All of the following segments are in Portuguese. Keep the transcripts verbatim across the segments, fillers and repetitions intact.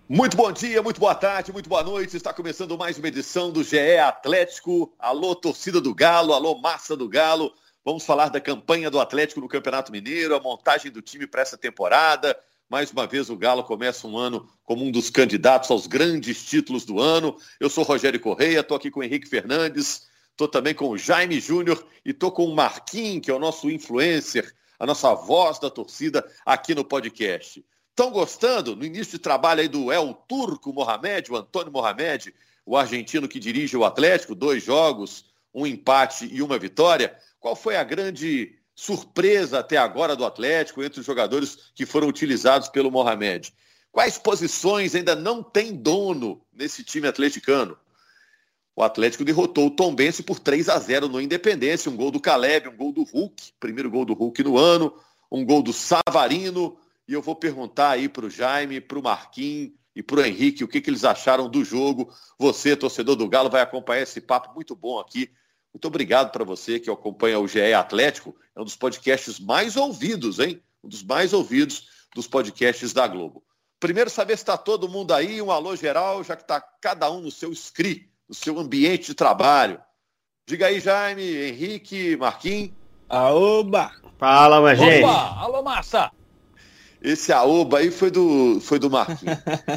Muito bom dia, muito boa tarde, muito boa noite. Está começando mais uma edição do G E Atlético. Alô, torcida do Galo, alô, massa do Galo. Vamos falar da campanha do Atlético no Campeonato Mineiro, a montagem do time para essa temporada. Mais uma vez o Galo começa um ano como um dos candidatos aos grandes títulos do ano. Eu sou Rogério Correia, estou aqui com o Henrique Fernandes, estou também com o Jaime Júnior e estou com o Marquinhos, que é o nosso influencer, a nossa voz da torcida aqui no podcast. Estão gostando? No início de trabalho aí do El Turco Mohamed, o Antônio Mohamed, o argentino que dirige o Atlético, dois jogos, um empate e uma vitória. Qual foi a grande surpresa até agora do Atlético entre os jogadores que foram utilizados pelo Mohamed? Quais posições ainda não tem dono nesse time atleticano? O Atlético derrotou o Tombense por três a zero no Independência, um gol do Caleb, um gol do Hulk, primeiro gol do Hulk no ano, um gol do Savarino. E eu vou perguntar aí para o Jaime, para o Marquinhos e para o Henrique o que, que eles acharam do jogo. Você, torcedor do Galo, vai acompanhar esse papo muito bom aqui. Muito obrigado para você que acompanha o G E Atlético. É um dos podcasts mais ouvidos, hein? Um dos mais ouvidos dos podcasts da Globo. Primeiro, saber se está todo mundo aí, um alô geral, já que está cada um no seu script, no seu ambiente de trabalho. Diga aí, Jaime, Henrique, Marquinhos. Aoba! Fala, minha gente. Opa! Alô, massa! Esse aoba aí foi do, foi do Marquinhos.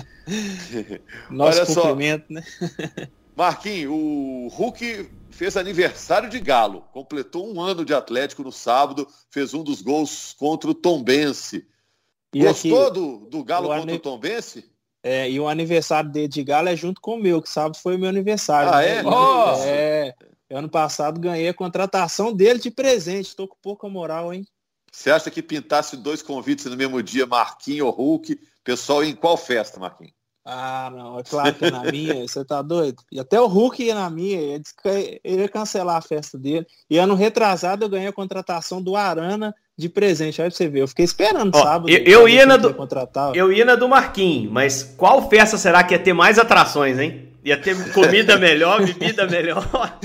Nosso Olha cumprimento, só, né? Marquinhos, o Hulk fez aniversário de Galo, completou um ano de Atlético no sábado, fez um dos gols contra o Tombense. E Gostou aqui, do, do Galo o contra ane- o Tombense? É, e o aniversário dele de Galo é junto com o meu, que sábado foi o meu aniversário. Ah, né? é? E, Oh! é, ano passado ganhei a contratação dele de presente. Tô com pouca moral, hein? Você acha que pintasse dois convites no mesmo dia, Marquinhos ou Hulk, pessoal ia em qual festa, Marquinhos? Ah, não, é claro que é na minha, você tá doido? E até o Hulk ia na minha, ele disse que ele ia cancelar a festa dele. E ano retrasado eu ganhei a contratação do Arana de presente, aí pra você ver, eu fiquei esperando Ó, sábado. eu, eu ia na do, contratar. eu ia na do Marquinhos, mas qual festa será que ia ter mais atrações, hein? Ia ter comida melhor, bebida melhor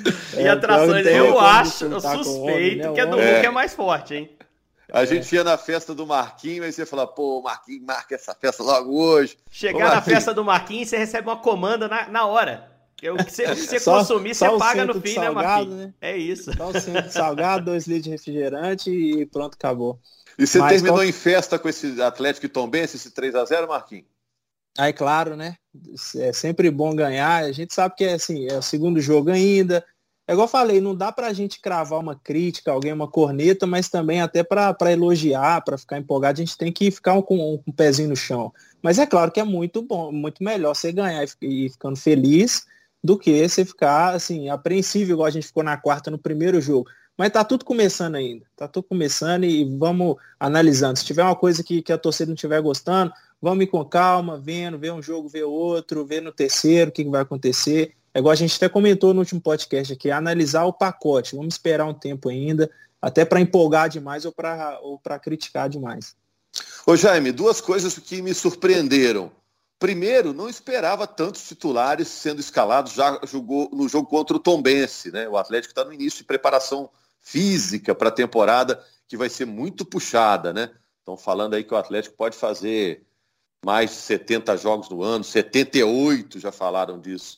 e É, atrações. pior que Eu tem acho, como eu disputar com o suspeito homem, né? que a do O Hulk homem. é mais forte, hein? A gente ia na festa do Marquinhos, aí você fala, pô, Marquinhos, marca essa festa logo hoje. Chegar Ô, na Marquinhos, festa do Marquinhos, você recebe uma comanda na, na hora. O que você, o que você Só- consumir, só você o paga no centro de fim, né, salgado, Marquinhos? né? É isso. Só o centro de salgado, dois litros de refrigerante e pronto, acabou. E você Mas terminou qual- em festa com esse Atlético e Tombense, esse três a zero, Marquinhos? Aí, claro, né? É sempre bom ganhar. A gente sabe que é assim, é o segundo jogo ainda. É igual eu falei, não dá pra gente cravar uma crítica, alguém uma corneta, mas também até pra pra elogiar, pra ficar empolgado, a gente tem que ficar um, com um, com um pezinho no chão. Mas é claro que é muito bom, muito melhor você ganhar e, fi- e ficando feliz do que você ficar assim, apreensível, igual a gente ficou na quarta no primeiro jogo. Mas tá tudo começando ainda. Tá tudo começando e vamos analisando. Se tiver uma coisa que, que a torcida não estiver gostando, vamos ir com calma, vendo, ver um jogo, ver outro, ver no terceiro o que, que vai acontecer. É igual a gente até comentou no último podcast aqui, analisar o pacote. Vamos esperar um tempo ainda, até para empolgar demais ou para ou para criticar demais. Ô Jaime, duas coisas que me surpreenderam. Primeiro, não esperava tantos titulares sendo escalados, já jogou no jogo contra o Tombense, né? O Atlético está no início de preparação física para a temporada, que vai ser muito puxada, né? Estão falando aí que o Atlético pode fazer mais de setenta jogos no ano, setenta e oito já falaram disso.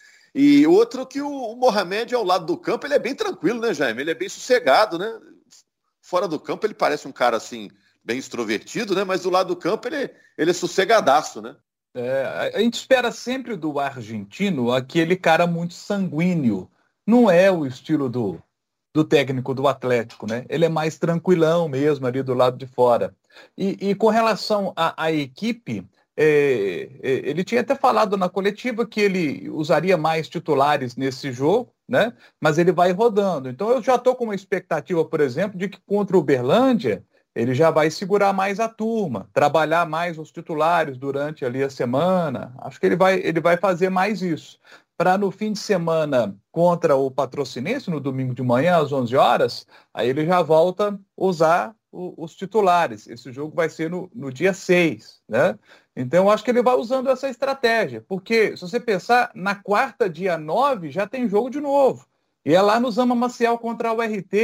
E outro que o, o Mohamed ao lado do campo, ele é bem tranquilo, né, Jaime? Ele é bem sossegado, né? Fora do campo ele parece um cara assim, bem extrovertido, né? Mas do lado do campo ele, ele é sossegadaço, né? É, a gente espera sempre do argentino aquele cara muito sanguíneo. Não é o estilo do, do técnico do Atlético, né? Ele é mais tranquilão mesmo ali do lado de fora. E, e com relação à, à equipe, é, é, ele tinha até falado na coletiva que ele usaria mais titulares nesse jogo, né? Mas ele vai rodando. Então eu já estou com uma expectativa, por exemplo, de que contra o Uberlândia ele já vai segurar mais a turma, trabalhar mais os titulares durante ali a semana. Acho que ele vai, ele vai fazer mais isso. Para no fim de semana contra o Patrocinense, no domingo de manhã, às onze horas, aí ele já volta a usar o, os titulares. Esse jogo vai ser no, no dia seis, né? Então, eu acho que ele vai usando essa estratégia. Porque, se você pensar, na quarta, dia nove, já tem jogo de novo. E é lá no Zama Maciel contra o R T.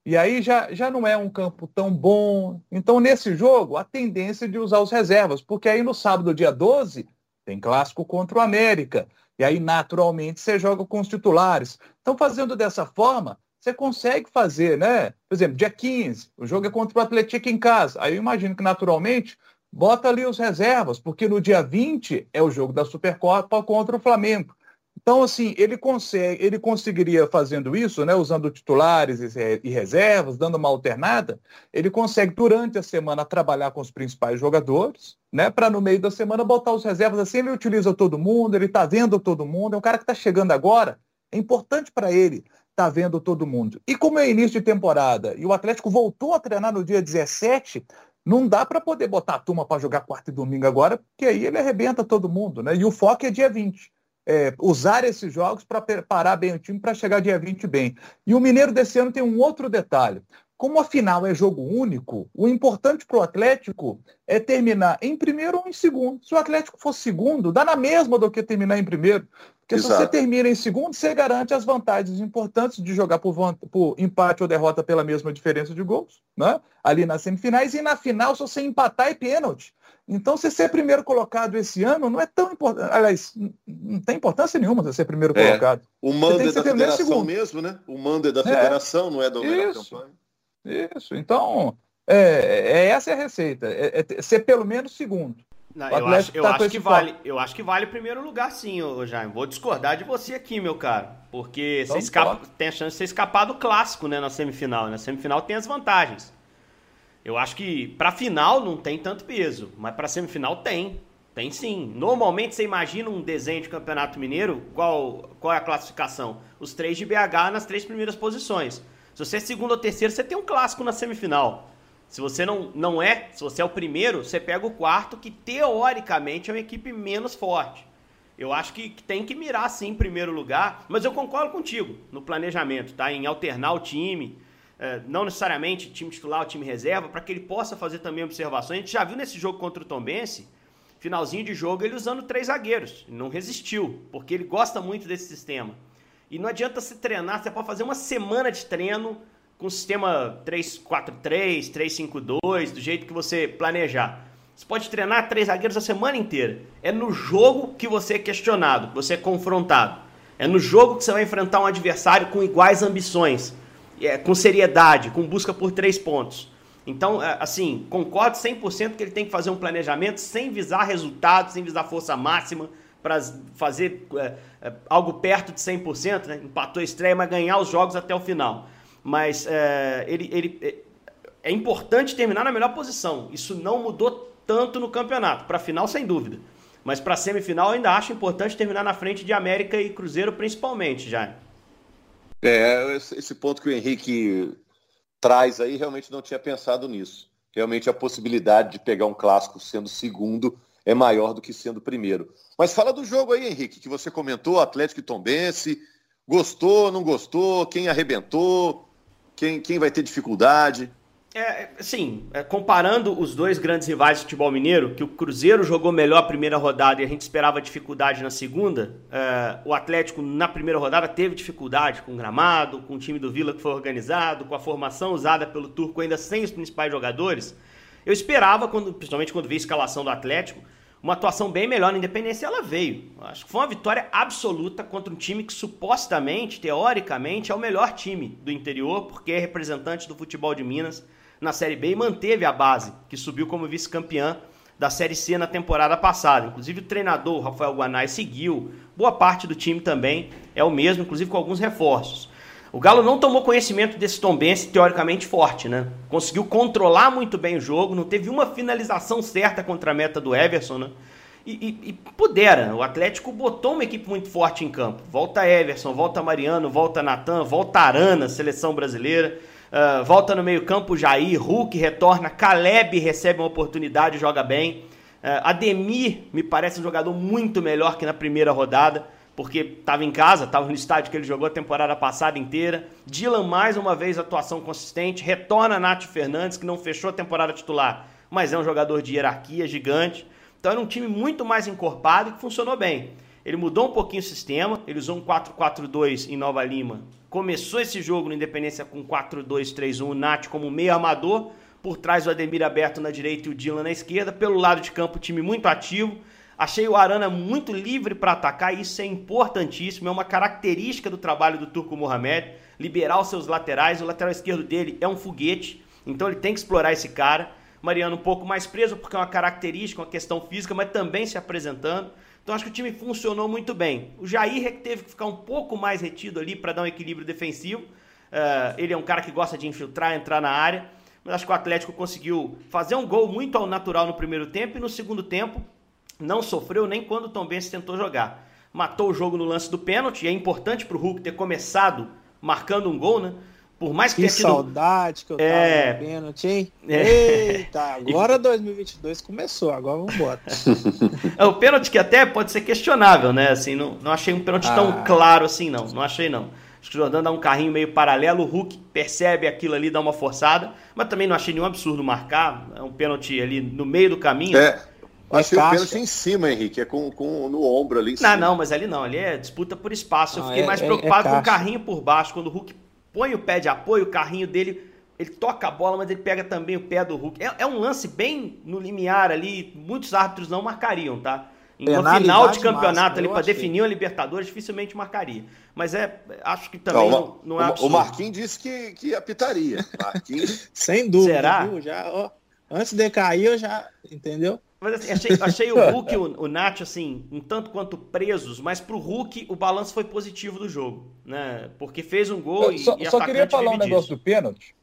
E aí já, já não é um campo tão bom. Então, nesse jogo, a tendência é de usar os reservas, porque aí no sábado, dia doze, tem clássico contra o América. E aí, naturalmente, você joga com os titulares. Então, fazendo dessa forma, você consegue fazer, né? Por exemplo, dia quinze, o jogo é contra o Atlético em casa. Aí eu imagino que, naturalmente, bota ali os reservas, porque no dia vinte é o jogo da Supercopa contra o Flamengo. Então, assim, ele consegue, ele conseguiria fazendo isso, né, usando titulares e reservas, dando uma alternada, ele consegue, durante a semana, trabalhar com os principais jogadores, né, para no meio da semana botar os reservas. Assim, ele utiliza todo mundo, ele está vendo todo mundo, é um cara que está chegando agora, é importante para ele estar tá vendo todo mundo. E como é início de temporada, e o Atlético voltou a treinar no dia dezessete, não dá para poder botar a turma para jogar quarta e domingo agora, porque aí ele arrebenta todo mundo, né, e o foco é dia vinte. É, usar esses jogos para preparar bem o time para chegar dia vinte bem. E o Mineiro desse ano tem um outro detalhe. Como a final é jogo único, o importante para o Atlético é terminar em primeiro ou em segundo. Se o Atlético for segundo, dá na mesma do que terminar em primeiro. Porque Exato. Se você termina em segundo, você garante as vantagens importantes de jogar por, por empate ou derrota pela mesma diferença de gols, né? Ali nas semifinais. E na final, se você empatar, é pênalti. Então, você ser primeiro colocado esse ano não é tão importante. Aliás, não tem importância nenhuma você ser primeiro é. colocado. O mando é da federação mesmo, né? O mando é da federação, é. não é da campanha. Isso. Então, é, é, essa é a receita. É, é ser pelo menos segundo. Não, eu acho, eu, tá acho que vale, eu acho que vale primeiro lugar, sim, ô Jaime. Vou discordar de você aqui, meu cara. Porque então, você escapa, tem a chance de você escapar do clássico, né, na semifinal. Na semifinal tem as vantagens. Eu acho que pra final não tem tanto peso, mas pra semifinal tem. Tem sim. Normalmente você imagina um desenho de Campeonato Mineiro, qual, qual é a classificação? Os três de B H nas três primeiras posições. Se você é segundo ou terceiro, você tem um clássico na semifinal. Se você não, não é, se você é o primeiro, você pega o quarto, que teoricamente é uma equipe menos forte. Eu acho que tem que mirar sim em primeiro lugar, mas eu concordo contigo no planejamento, tá? Em alternar o time. É, não necessariamente time titular ou time reserva, para que ele possa fazer também observações. A gente já viu nesse jogo contra o Tombense, finalzinho de jogo, ele usando três zagueiros. Ele não resistiu, porque ele gosta muito desse sistema. E não adianta se treinar, você pode fazer uma semana de treino com o sistema três quatro três, três cinco dois, do jeito que você planejar. Você pode treinar três zagueiros a semana inteira. É no jogo que você é questionado, que você é confrontado. É no jogo que você vai enfrentar um adversário com iguais ambições. É, com seriedade, com busca por três pontos. Então, assim, concordo cem por cento que ele tem que fazer um planejamento sem visar resultados, sem visar força máxima, para fazer é, é, algo perto de cem por cento, né? Empatou a estreia, mas ganhar os jogos até o final. Mas é, ele, ele, é, é importante terminar na melhor posição. Isso não mudou tanto no campeonato. Para a final, sem dúvida. Mas para a semifinal, eu ainda acho importante terminar na frente de América e Cruzeiro, principalmente, já. É, esse ponto que o Henrique traz aí, realmente não tinha pensado nisso. Realmente a possibilidade de pegar um clássico sendo segundo é maior do que sendo primeiro. Mas fala do jogo aí, Henrique, que você comentou, Atlético e Tombense. Gostou, não gostou? Quem arrebentou? Quem, quem vai ter dificuldade? É, sim, é, comparando os dois grandes rivais do futebol mineiro, que o Cruzeiro jogou melhor a primeira rodada e a gente esperava dificuldade na segunda, é, o Atlético na primeira rodada teve dificuldade com o gramado, com o time do Vila que foi organizado, com a formação usada pelo Turco ainda sem os principais jogadores. Eu esperava, quando, principalmente quando vi a escalação do Atlético, uma atuação bem melhor na Independência, e ela veio. Acho que foi uma vitória absoluta contra um time que supostamente, teoricamente, é o melhor time do interior, porque é representante do futebol de Minas na Série B e manteve a base, que subiu como vice-campeã da Série C na temporada passada. Inclusive o treinador, Rafael Guanais, seguiu. Boa parte do time também é o mesmo, inclusive com alguns reforços. O Galo não tomou conhecimento desse Tombense teoricamente forte, né? Conseguiu controlar muito bem o jogo, não teve uma finalização certa contra a meta do Everson, né? E, e, e pudera, o Atlético botou uma equipe muito forte em campo. Volta Everson, volta Mariano, volta Natan, volta Arana, seleção brasileira. Uh, volta no meio campo Jair, Hulk retorna, Caleb recebe uma oportunidade e joga bem. Uh, Ademir me parece um jogador muito melhor que na primeira rodada, porque estava em casa, estava no estádio que ele jogou a temporada passada inteira. Dylan mais uma vez atuação consistente, retorna Nath Fernandes, que não fechou a temporada titular, mas é um jogador de hierarquia gigante. Então era um time muito mais encorpado e que funcionou bem. Ele mudou um pouquinho o sistema, ele usou um quatro quatro dois em Nova Lima. Começou esse jogo no Independência com quatro dois três um, o Nath como meio armador, por trás o Ademir aberto na direita e o Dylan na esquerda. Pelo lado de campo, o time muito ativo. Achei o Arana muito livre para atacar, e isso é importantíssimo, é uma característica do trabalho do Turco Mohamed, liberar os seus laterais. O lateral esquerdo dele é um foguete, então ele tem que explorar esse cara. Mariano um pouco mais preso, porque é uma característica, uma questão física, mas também se apresentando. Então acho que o time funcionou muito bem. O Jair é que teve que ficar um pouco mais retido ali para dar um equilíbrio defensivo. Uh, ele é um cara que gosta de infiltrar, entrar na área, mas acho que o Atlético conseguiu fazer um gol muito ao natural no primeiro tempo, e no segundo tempo não sofreu nem quando o Tombense tentou jogar. Matou o jogo no lance do pênalti, e é importante para o Hulk ter começado marcando um gol, né? Por mais que, que tenha tido... saudade que eu tava é... no pênalti, hein? É... Eita, agora dois mil e vinte e dois começou, agora vamos embora. É o pênalti que até pode ser questionável, né? Assim, não, não achei um pênalti ah. tão claro assim, não. Não achei, não. Acho que o Jordão dá um carrinho meio paralelo, o Hulk percebe aquilo ali, dá uma forçada, mas também não achei nenhum absurdo marcar. É um pênalti ali no meio do caminho. É. Achei o pênalti em cima, Henrique, é com, com, no ombro ali em não, cima. Não, mas ali não, ali é disputa por espaço. Eu não, fiquei é, mais é, preocupado é com o carrinho por baixo, quando o Hulk põe o pé de apoio, o carrinho dele, ele toca a bola, mas ele pega também o pé do Hulk. É, é um lance bem no limiar ali, muitos árbitros não marcariam, tá? No final de campeonato máxima, ali, para definir a Libertadores, dificilmente marcaria. Mas é, acho que também não, não, não é absurdo. O Marquinhos disse que, que apitaria. Marquinhos... Sem dúvida. Será? Viu? Já, ó, antes de cair, eu já... Entendeu? Mas assim, achei, achei o Hulk e o, o Nath, assim, um tanto quanto presos, mas pro Hulk o balanço foi positivo do jogo, né? Porque fez um gol e, só, e só queria falar um negócio disso. do pênalti.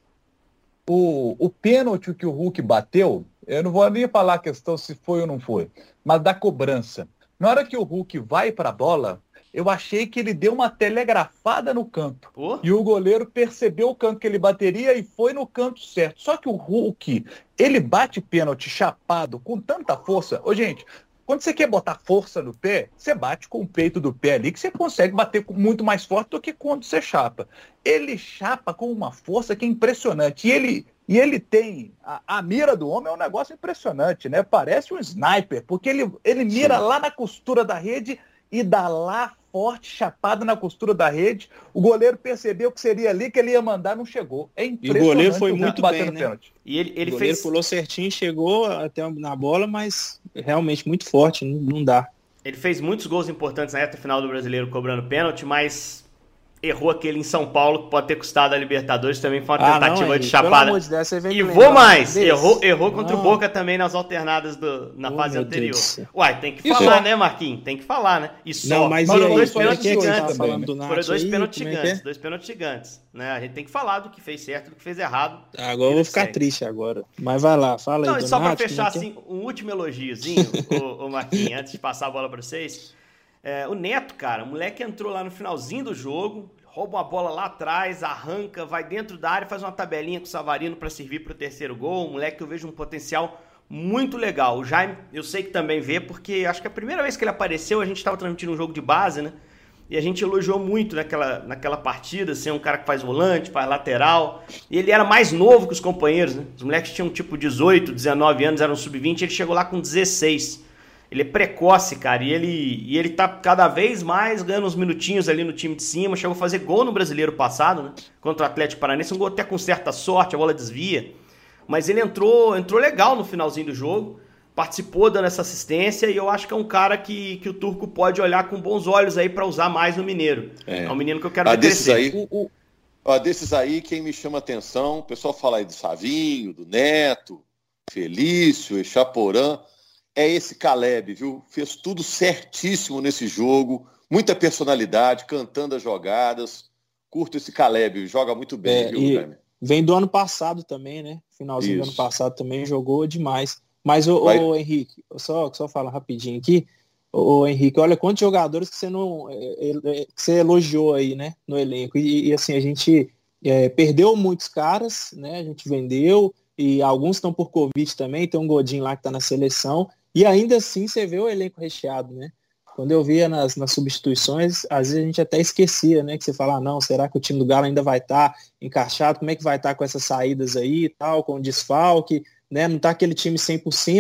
O, o pênalti que o Hulk bateu, eu não vou nem falar a questão se foi ou não foi, mas da cobrança. Na hora que o Hulk vai para a bola, eu achei que ele deu uma telegrafada no canto. Oh? E o goleiro percebeu o canto que ele bateria e foi no canto certo. Só que o Hulk, ele bate pênalti chapado com tanta força. Ô, gente, quando você quer botar força no pé, você bate com o peito do pé ali, que você consegue bater muito mais forte do que quando você chapa. Ele chapa com uma força que é impressionante. E ele, e ele tem... A, a mira do homem é um negócio impressionante, né? Parece um sniper, porque ele, ele mira Sim. lá na costura da rede e dá lá forte, chapado na costura da rede. O goleiro percebeu que seria ali que ele ia mandar, não chegou. É impressionante. E o goleiro foi muito bem, né? Pênalti. E ele, ele o goleiro fez... pulou certinho, chegou até na bola, mas realmente muito forte, não, não dá. Ele fez muitos gols importantes na reta final do Brasileiro cobrando pênalti, mas errou aquele em São Paulo, que pode ter custado a Libertadores, também foi uma ah, tentativa não, de chapada. De Deus, e vou mais, errou, errou contra não. o Boca também nas alternadas do, na oh, fase anterior. Uai, tem que falar, Isso. né, Marquinhos? Tem que falar, né? E só não, mas foram aí, dois pênaltis gigantes. Foram dois pênaltis gigantes, é? dois pênaltis gigantes. Né? A gente tem que falar do que fez certo e do que fez errado. Agora eu vou ficar segue. triste agora. Mas vai lá, fala não, aí. Não, e só para fechar, assim, um último elogiozinho, o, o Marquinhos, antes de passar a bola para vocês. É, o Neto, cara, o moleque entrou lá no finalzinho do jogo, rouba uma bola lá atrás, arranca, vai dentro da área, faz uma tabelinha com o Savarino para servir para o terceiro gol. Um moleque que eu vejo um potencial muito legal. O Jaime, eu sei que também vê, porque acho que a primeira vez que ele apareceu, a gente estava transmitindo um jogo de base, né? E a gente elogiou muito naquela, naquela partida, assim, um cara que faz volante, faz lateral. E ele era mais novo que os companheiros, né? Os moleques tinham tipo dezoito, dezenove anos, eram sub vinte, ele chegou lá com dezesseis. Ele é precoce, cara, e ele, e ele tá cada vez mais ganhando uns minutinhos ali no time de cima. Chegou a fazer gol no Brasileiro passado, né? Contra o Atlético Paranaense, um gol até com certa sorte, a bola desvia. Mas ele entrou, entrou legal no finalzinho do jogo, participou dando essa assistência, e eu acho que é um cara que, que o Turco pode olhar com bons olhos aí para usar mais no Mineiro. É, é um menino que eu quero ah, ver desses crescer. Aí, o, o, ó, desses aí, quem me chama atenção, o pessoal fala aí do Savinho, do Neto, Felício, Echaporã, é esse Caleb, viu? Fez tudo certíssimo nesse jogo, muita personalidade, cantando as jogadas. Curto esse Caleb, joga muito bem, é, viu, Jaime? Vem do ano passado também, né? Finalzinho Isso. do ano passado também jogou demais. Mas, o, o Henrique, só, só falar rapidinho aqui, o Henrique, olha quantos jogadores que você não que você elogiou aí, né, no elenco. E, e assim, a gente é, perdeu muitos caras, né? A gente vendeu, e alguns estão por Covid também, tem um Godinho lá que está na seleção. E ainda assim você vê o elenco recheado, né? Quando eu via nas, nas substituições, às vezes a gente até esquecia, né? Que você fala, ah, não, será que o time do Galo ainda vai estar tá encaixado? Como é que vai estar tá com essas saídas aí e tal, com o desfalque, né? Não tá aquele time cem por cento,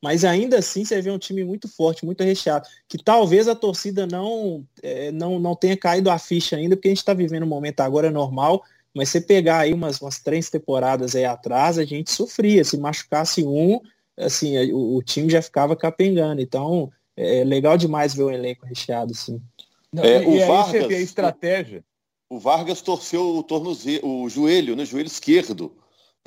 mas ainda assim você vê um time muito forte, muito recheado, que talvez a torcida não, é, não, não tenha caído a ficha ainda, porque a gente está vivendo um momento agora normal, mas você pegar aí umas, umas três temporadas aí atrás, a gente sofria, se machucasse um, assim, o, o time já ficava capengando, então é legal demais ver o elenco recheado, assim. Não, é, e o aí Vargas, você vê a estratégia. O, o Vargas torceu o tornozelo, o joelho, né, joelho esquerdo,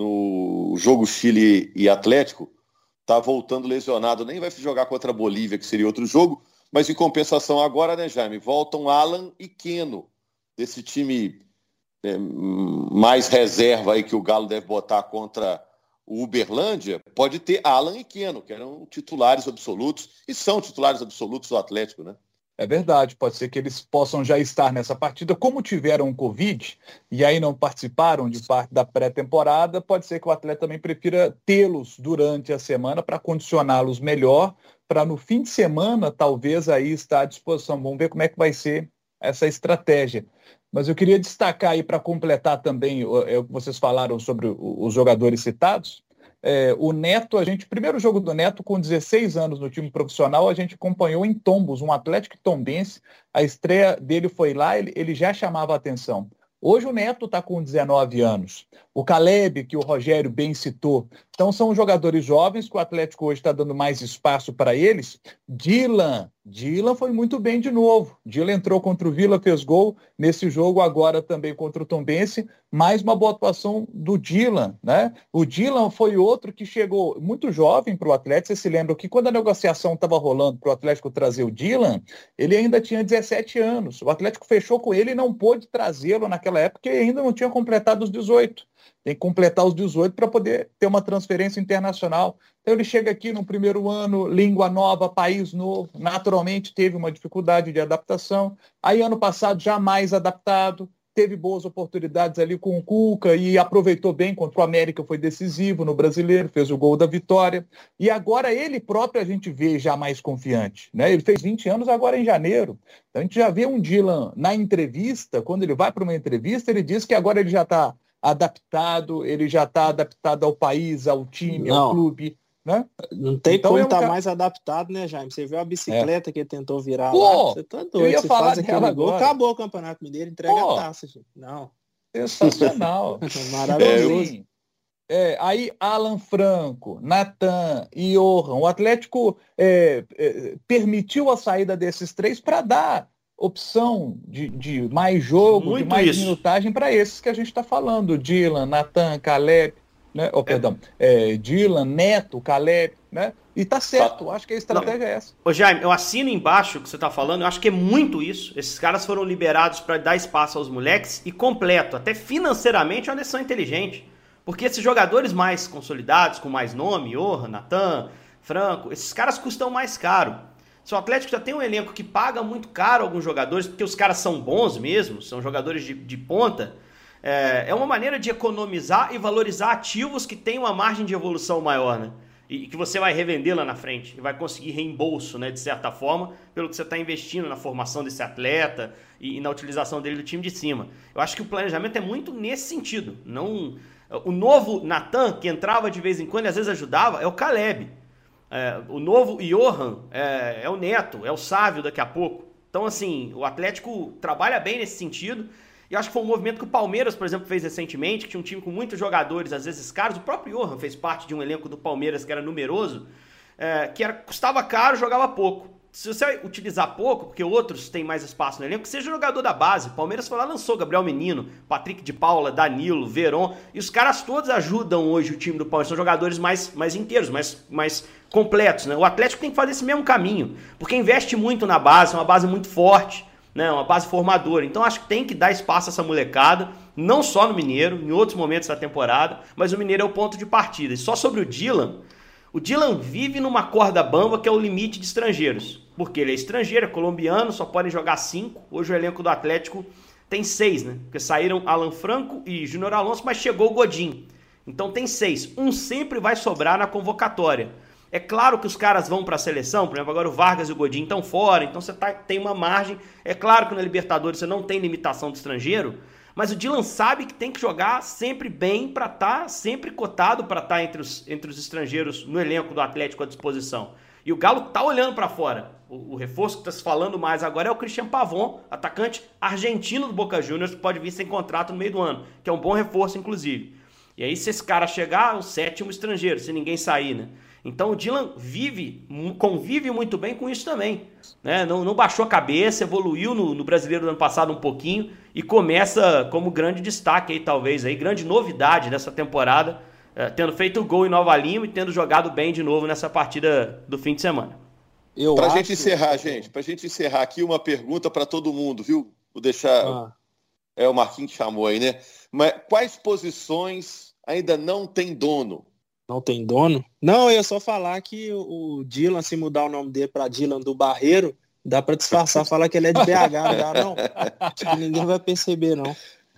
no jogo Chile e Atlético, tá voltando lesionado, nem vai jogar contra a Bolívia, que seria outro jogo, mas em compensação agora, né, Jaime, voltam Alan e Keno, desse time é, mais reserva aí que o Galo deve botar contra o Uberlândia, pode ter Alan e Keno, que eram titulares absolutos, e são titulares absolutos do Atlético, né? É verdade, pode ser que eles possam já estar nessa partida, como tiveram Covid, e aí não participaram de parte da pré-temporada, pode ser que o atleta também prefira tê-los durante a semana para condicioná-los melhor, para no fim de semana, talvez, aí estar à disposição. Vamos ver como é que vai ser essa estratégia. Mas eu queria destacar aí, para completar também o, o que vocês falaram sobre o, os jogadores citados. É, o Neto, a gente, primeiro jogo do Neto com dezesseis anos no time profissional, a gente acompanhou em Tombos, um Atlético Tombense, a estreia dele foi lá, ele, ele já chamava a atenção. Hoje o Neto está com dezenove anos, o Caleb, que o Rogério bem citou, então são jogadores jovens que o Atlético hoje está dando mais espaço para eles. Dylan, Dylan foi muito bem de novo, Dylan entrou contra o Vila, fez gol nesse jogo, agora também contra o Tombense, mais uma boa atuação do Dylan, né? O Dylan foi outro que chegou muito jovem para o Atlético. Vocês se lembram que quando a negociação estava rolando para o Atlético trazer o Dylan, ele ainda tinha dezessete anos. O Atlético fechou com ele e não pôde trazê-lo naquela época, porque ainda não tinha completado os dezoito. Tem que completar os dezoito para poder ter uma transferência internacional. Então ele chega aqui no primeiro ano, língua nova, país novo, naturalmente teve uma dificuldade de adaptação. Aí ano passado já mais adaptado, teve boas oportunidades ali com o Cuca e aproveitou bem contra o América, foi decisivo no Brasileiro, fez o gol da vitória. E agora ele próprio a gente vê já mais confiante, né? Ele fez vinte anos agora em janeiro. Então a gente já vê um Dylan na entrevista, quando ele vai para uma entrevista, ele diz que agora ele já está adaptado, ele já está adaptado ao país, ao time, Não. ao clube. Né? Não tem então como é um estar tá ca... mais adaptado, né, Jaime? Você viu a bicicleta é. que ele tentou virar Pô, lá? Você tá doido. Eu ia você falar faz aquele gol, agora. acabou o Campeonato Mineiro, entrega Pô, a taça, gente. Não. Sensacional. Maravilhoso. É, é, aí Alan Franco, Natan e Johan, o Atlético é, é, permitiu a saída desses três para dar opção de, de mais jogo, Muito de mais isso. minutagem para esses que a gente está falando, Dylan, Natan, Caleb, né? Oh, perdão, é, Dylan, Neto, Caleb, né? E tá certo, acho que a estratégia Não. é essa. Ô Jaime, eu assino embaixo o que você tá falando, eu acho que é muito isso. Esses caras foram liberados para dar espaço aos moleques e completo, até financeiramente é uma decisão inteligente. Porque esses jogadores mais consolidados, com mais nome, Johan, Natan, Franco, esses caras custam mais caro. Se o Atlético já tem um elenco que paga muito caro alguns jogadores, porque os caras são bons mesmo, são jogadores de, de ponta, é, é uma maneira de economizar e valorizar ativos que têm uma margem de evolução maior, né? E, e que você vai revender lá na frente e vai conseguir reembolso, né, de certa forma, pelo que você está investindo na formação desse atleta e, e na utilização dele do time de cima. Eu acho que o planejamento é muito nesse sentido. Não, o novo Natan, que entrava de vez em quando e às vezes ajudava, é o Caleb. É, o novo Johan é, é o Neto, é o Sávio daqui a pouco. Então, assim, o Atlético trabalha bem nesse sentido. E eu acho que foi um movimento que o Palmeiras, por exemplo, fez recentemente, que tinha um time com muitos jogadores, às vezes caros. O próprio Johan fez parte de um elenco do Palmeiras que era numeroso, é, que era, custava caro, jogava pouco. Se você utilizar pouco, porque outros têm mais espaço no elenco, que seja jogador da base. O Palmeiras foi lá, lançou Gabriel Menino, Patrick de Paula, Danilo, Veron. E os caras todos ajudam hoje o time do Palmeiras. São jogadores mais, mais inteiros, mais, mais completos, né? O Atlético tem que fazer esse mesmo caminho, porque investe muito na base, é uma base muito forte, né? Uma base formadora. Então acho que tem que dar espaço a essa molecada, não só no Mineiro, em outros momentos da temporada, mas o Mineiro é o ponto de partida. E só sobre o Dylan, o Dylan vive numa corda bamba que é o limite de estrangeiros, porque ele é estrangeiro, é colombiano, só podem jogar cinco. Hoje o elenco do Atlético tem seis, né? Porque saíram Alan Franco e Júnior Alonso, mas chegou o Godin. Então tem seis. Um sempre vai sobrar na convocatória. É claro que os caras vão para a seleção, por exemplo, agora o Vargas e o Godin estão fora, então você tá, tem uma margem. É claro que na Libertadores você não tem limitação de estrangeiro, mas o Dylan sabe que tem que jogar sempre bem para estar tá sempre cotado para estar tá entre, os, entre os estrangeiros no elenco do Atlético à disposição. E o Galo tá olhando para fora. O, o reforço que está se falando mais agora é o Cristian Pavón, atacante argentino do Boca Juniors, que pode vir sem contrato no meio do ano, que é um bom reforço, inclusive. E aí, se esse cara chegar, o sétimo estrangeiro, se ninguém sair, né? Então o Dylan vive, convive muito bem com isso também, né? Não, não baixou a cabeça, evoluiu no, no Brasileiro do ano passado um pouquinho e começa como grande destaque aí, talvez, aí, grande novidade dessa temporada, é, tendo feito o gol em Nova Lima e tendo jogado bem de novo nessa partida do fim de semana. Para a gente encerrar, gente, para a gente encerrar aqui, uma pergunta para todo mundo, viu? Vou deixar... Ah. É, o Marquinhos chamou aí, né? Mas quais posições ainda não tem dono? Não tem dono? Não, eu ia só falar que o Dylan, se mudar o nome dele para Dylan do Barreiro, dá para disfarçar, falar que ele é de B H, não, não. Acho que ninguém vai perceber, não.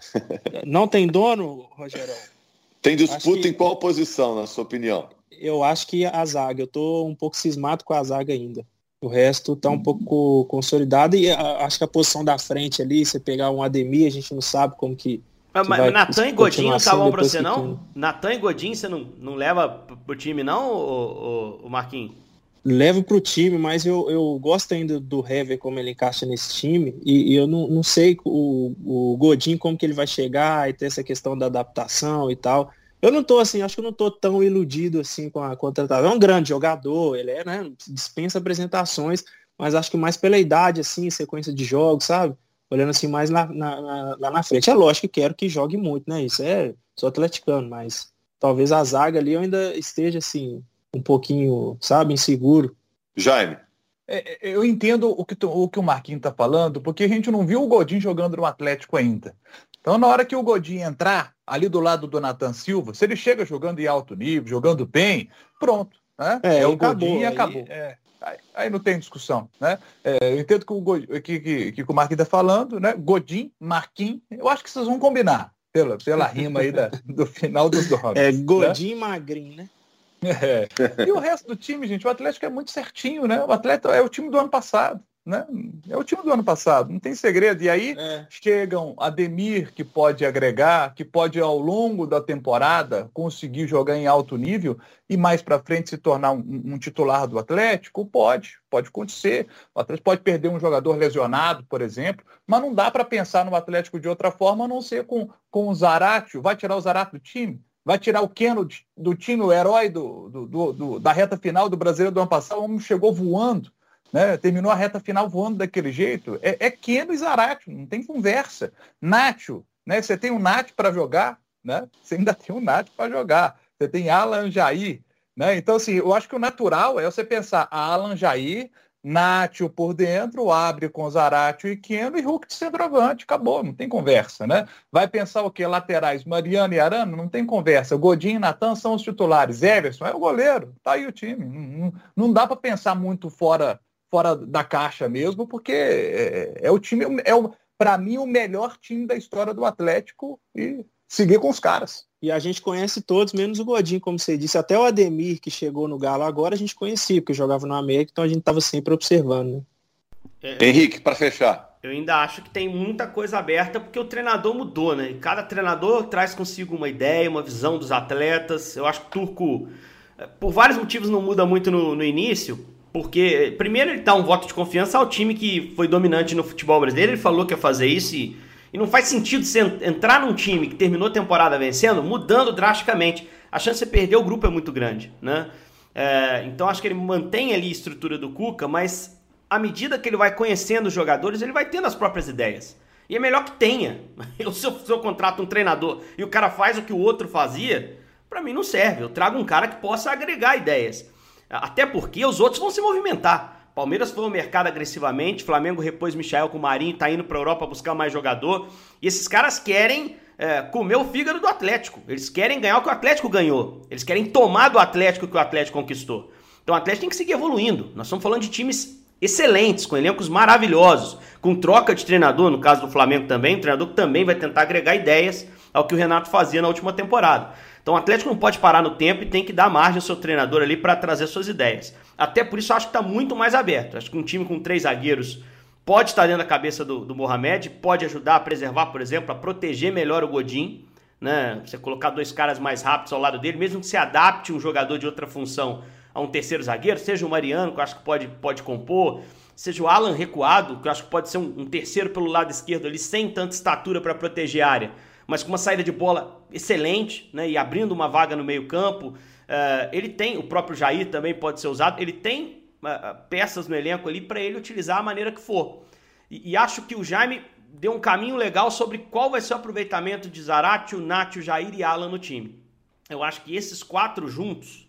Não tem dono, Rogerão? Tem disputa que... em qual posição, na sua opinião? Eu acho que a zaga. Eu tô um pouco cismado com a zaga ainda. O resto tá um pouco consolidado e acho que a posição da frente ali, você pegar um Ademir, a gente não sabe como que... Mas Natan e Godinho não tá bom pra você, não? Natan e Godinho você não, não leva pro time, não, o, o, o Marquinhos? Levo pro time, mas eu, eu gosto ainda do Hever, como ele encaixa nesse time, e, e eu não, não sei o, o Godinho como que ele vai chegar, e ter essa questão da adaptação e tal. Eu não tô assim, acho que eu não tô tão iludido assim com a contratação. É um grande jogador, ele é, né, dispensa apresentações, mas acho que mais pela idade, assim, sequência de jogos, sabe? Olhando assim mais lá na, na, lá na frente. É lógico que quero que jogue muito, né? Isso é, sou atleticano, mas talvez a zaga ali eu ainda esteja assim, um pouquinho, sabe, inseguro. Jaime. É, eu entendo o que, tu, o que o Marquinhos tá falando, porque a gente não viu o Godinho jogando no Atlético ainda. Então, na hora que o Godinho entrar ali do lado do Natan Silva, se ele chega jogando em alto nível, jogando bem, pronto. Né? É, é o Godinho e acabou. É. Aí, aí não tem discussão, né? É, eu entendo que o, que, que, que o Marquinhos está falando, né? Godinho, Marquinhos, eu acho que vocês vão combinar, pela, pela rima aí da, do final dos nomes. É, Godinho, né? Magrinho, né? É. E o resto do time, gente, o Atlético é muito certinho, né? O Atlético é o time do ano passado, né? É o time do ano passado, não tem segredo. E aí é. chegam Ademir, que pode agregar, que pode ao longo da temporada conseguir jogar em alto nível e mais para frente se tornar um, um titular do Atlético, pode, pode acontecer. O Atlético pode perder um jogador lesionado, por exemplo, mas não dá para pensar no Atlético de outra forma a não ser com, com o Zaratio. Vai tirar o Zaratio do time? Vai tirar o Keno do time, o herói do, do, do, do, da reta final do Brasileiro do ano passado? O homem chegou voando, né? Terminou a reta final voando daquele jeito. É, é Keno e Zaratio, não tem conversa. Nacho, né? Você tem o Nacho para jogar, né? Você ainda tem o Nacho para jogar. Você tem Alan Jair, né? Então, assim, eu acho que o natural é você pensar Alan Jair, Nacho por dentro, abre com Zaratio e Keno e Hulk de centroavante, acabou, não tem conversa, né? Vai pensar o quê? Laterais, Mariano e Arana, não tem conversa. Godinho e Natan são os titulares. Everson é o goleiro, tá aí o time. Não, não, não dá para pensar muito fora, fora da caixa mesmo, porque é, é o time, é o, para mim, o melhor time da história do Atlético e seguir com os caras. E a gente conhece todos, menos o Godinho, como você disse. Até o Ademir, que chegou no Galo agora, a gente conhecia, porque jogava no América, então a gente estava sempre observando. Né? É, Henrique, para fechar. Eu ainda acho que tem muita coisa aberta, porque o treinador mudou, né? E cada treinador traz consigo uma ideia, uma visão dos atletas. Eu acho que o Turco, por vários motivos, não muda muito no, no início, porque, primeiro, ele dá um voto de confiança ao time que foi dominante no futebol brasileiro. Ele falou que ia fazer isso e... E não faz sentido você entrar num time que terminou a temporada vencendo, mudando drasticamente. A chance de você perder o grupo é muito grande, né? É, então acho que ele mantém ali a estrutura do Cuca, mas à medida que ele vai conhecendo os jogadores, ele vai tendo as próprias ideias. E é melhor que tenha. Eu, se, eu, se eu contrato um treinador e o cara faz o que o outro fazia, para mim não serve. Eu trago um cara que possa agregar ideias. Até porque os outros vão se movimentar. Palmeiras foi ao mercado agressivamente, Flamengo repôs Michael com o Marinho, tá indo pra Europa buscar mais jogador. E esses caras querem é, comer o fígado do Atlético. Eles querem ganhar o que o Atlético ganhou. Eles querem tomar do Atlético o que o Atlético conquistou. Então o Atlético tem que seguir evoluindo. Nós estamos falando de times excelentes, com elencos maravilhosos, com troca de treinador, no caso do Flamengo também, o treinador que também vai tentar agregar ideias ao que o Renato fazia na última temporada. Então o Atlético não pode parar no tempo e tem que dar margem ao seu treinador ali para trazer suas ideias. Até por isso eu acho que está muito mais aberto. Acho que um time com três zagueiros pode estar dentro da cabeça do, do Mohamed, pode ajudar a preservar, por exemplo, a proteger melhor o Godin, né? Você colocar dois caras mais rápidos ao lado dele, mesmo que se adapte um jogador de outra função a um terceiro zagueiro, seja o Mariano, que eu acho que pode, pode compor, seja o Alan recuado, que eu acho que pode ser um, um terceiro pelo lado esquerdo ali, sem tanta estatura para proteger a área, mas com uma saída de bola excelente, né? E abrindo uma vaga no meio campo. Uh, ele tem, o próprio Jair também pode ser usado, ele tem uh, peças no elenco ali para ele utilizar a maneira que for. E, e acho que o Jaime deu um caminho legal sobre qual vai ser o aproveitamento de Zarate, Nacho, Jair e Alan no time. Eu acho que esses quatro juntos,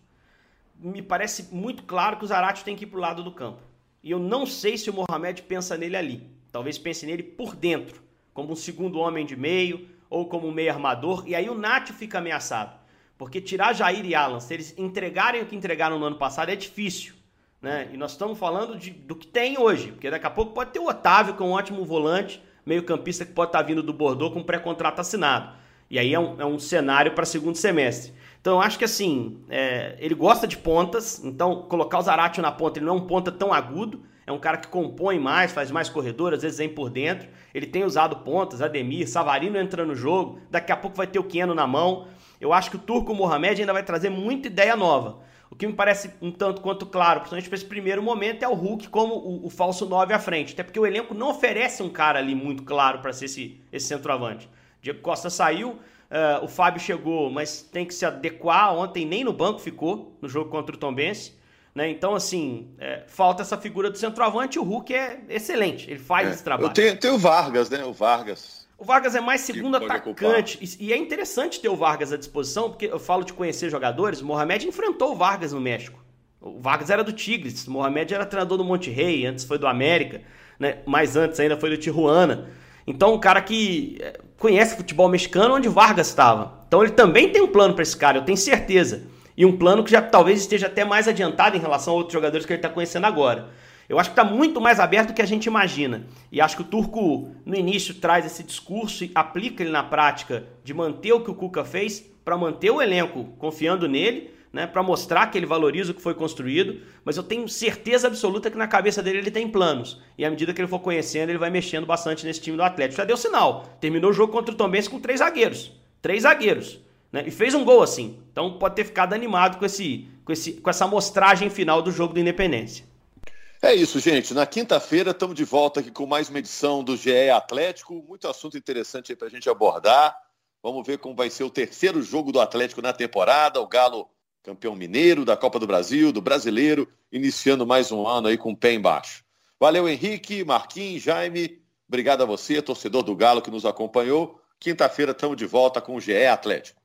me parece muito claro que o Zarate tem que ir para o lado do campo. E eu não sei se o Mohamed pensa nele ali. Talvez pense nele por dentro, como um segundo homem de meio, ou como um meio armador, e aí o Nacho fica ameaçado. Porque tirar Jair e Alan, se eles entregarem o que entregaram no ano passado, é difícil. Né? E nós estamos falando de, do que tem hoje, porque daqui a pouco pode ter o Otávio, que é um ótimo volante, meio campista que pode estar vindo do Bordeaux com pré-contrato assinado. E aí é um, é um cenário para segundo semestre. Então eu acho que assim, é, ele gosta de pontas, então colocar o Zarate na ponta, ele não é um ponta tão agudo, é um cara que compõe mais, faz mais corredor, às vezes vem por dentro, ele tem usado pontas, Ademir, Savarino entra no jogo, daqui a pouco vai ter o Keno na mão. Eu acho que o Turco Mohamed ainda vai trazer muita ideia nova. O que me parece um tanto quanto claro, principalmente para esse primeiro momento, é o Hulk como o, o falso nove à frente, até porque o elenco não oferece um cara ali muito claro para ser esse, esse centroavante. Diego Costa saiu, uh, o Fábio chegou, mas tem que se adequar. Ontem nem no banco ficou, no jogo contra o Tombense. Né? Então, assim, é, falta essa figura do centroavante. O Hulk é excelente, ele faz é, esse trabalho. Eu tenho, tenho o Vargas, né? O Vargas. O Vargas é mais segundo atacante. E, e é interessante ter o Vargas à disposição, porque eu falo de conhecer jogadores. O Mohamed enfrentou o Vargas no México. O Vargas era do Tigres, o Mohamed era treinador do Monterrey, antes foi do América, né? Mais antes ainda foi do Tijuana. Então, um cara que conhece futebol mexicano onde Vargas estava. Então, ele também tem um plano para esse cara, eu tenho certeza. E um plano que já talvez esteja até mais adiantado em relação a outros jogadores que ele está conhecendo agora. Eu acho que está muito mais aberto do que a gente imagina. E acho que o Turco, no início, traz esse discurso e aplica ele na prática de manter o que o Cuca fez para manter o elenco confiando nele, né, para mostrar que ele valoriza o que foi construído, mas eu tenho certeza absoluta que na cabeça dele ele tem planos, e à medida que ele for conhecendo, ele vai mexendo bastante nesse time do Atlético. Já deu sinal, terminou o jogo contra o Tombense com três zagueiros, três zagueiros, né, e fez um gol assim, então pode ter ficado animado com, esse, com, esse, com essa amostragem final do jogo do Independência. É isso, gente, na quinta-feira estamos de volta aqui com mais uma edição do G E Atlético, muito assunto interessante aí para a gente abordar, vamos ver como vai ser o terceiro jogo do Atlético na temporada, o Galo campeão mineiro da Copa do Brasil, do Brasileiro, iniciando mais um ano aí com o pé embaixo. Valeu, Henrique, Marquinhos, Jaime, obrigado a você, torcedor do Galo que nos acompanhou. Quinta-feira estamos de volta com o G E Atlético.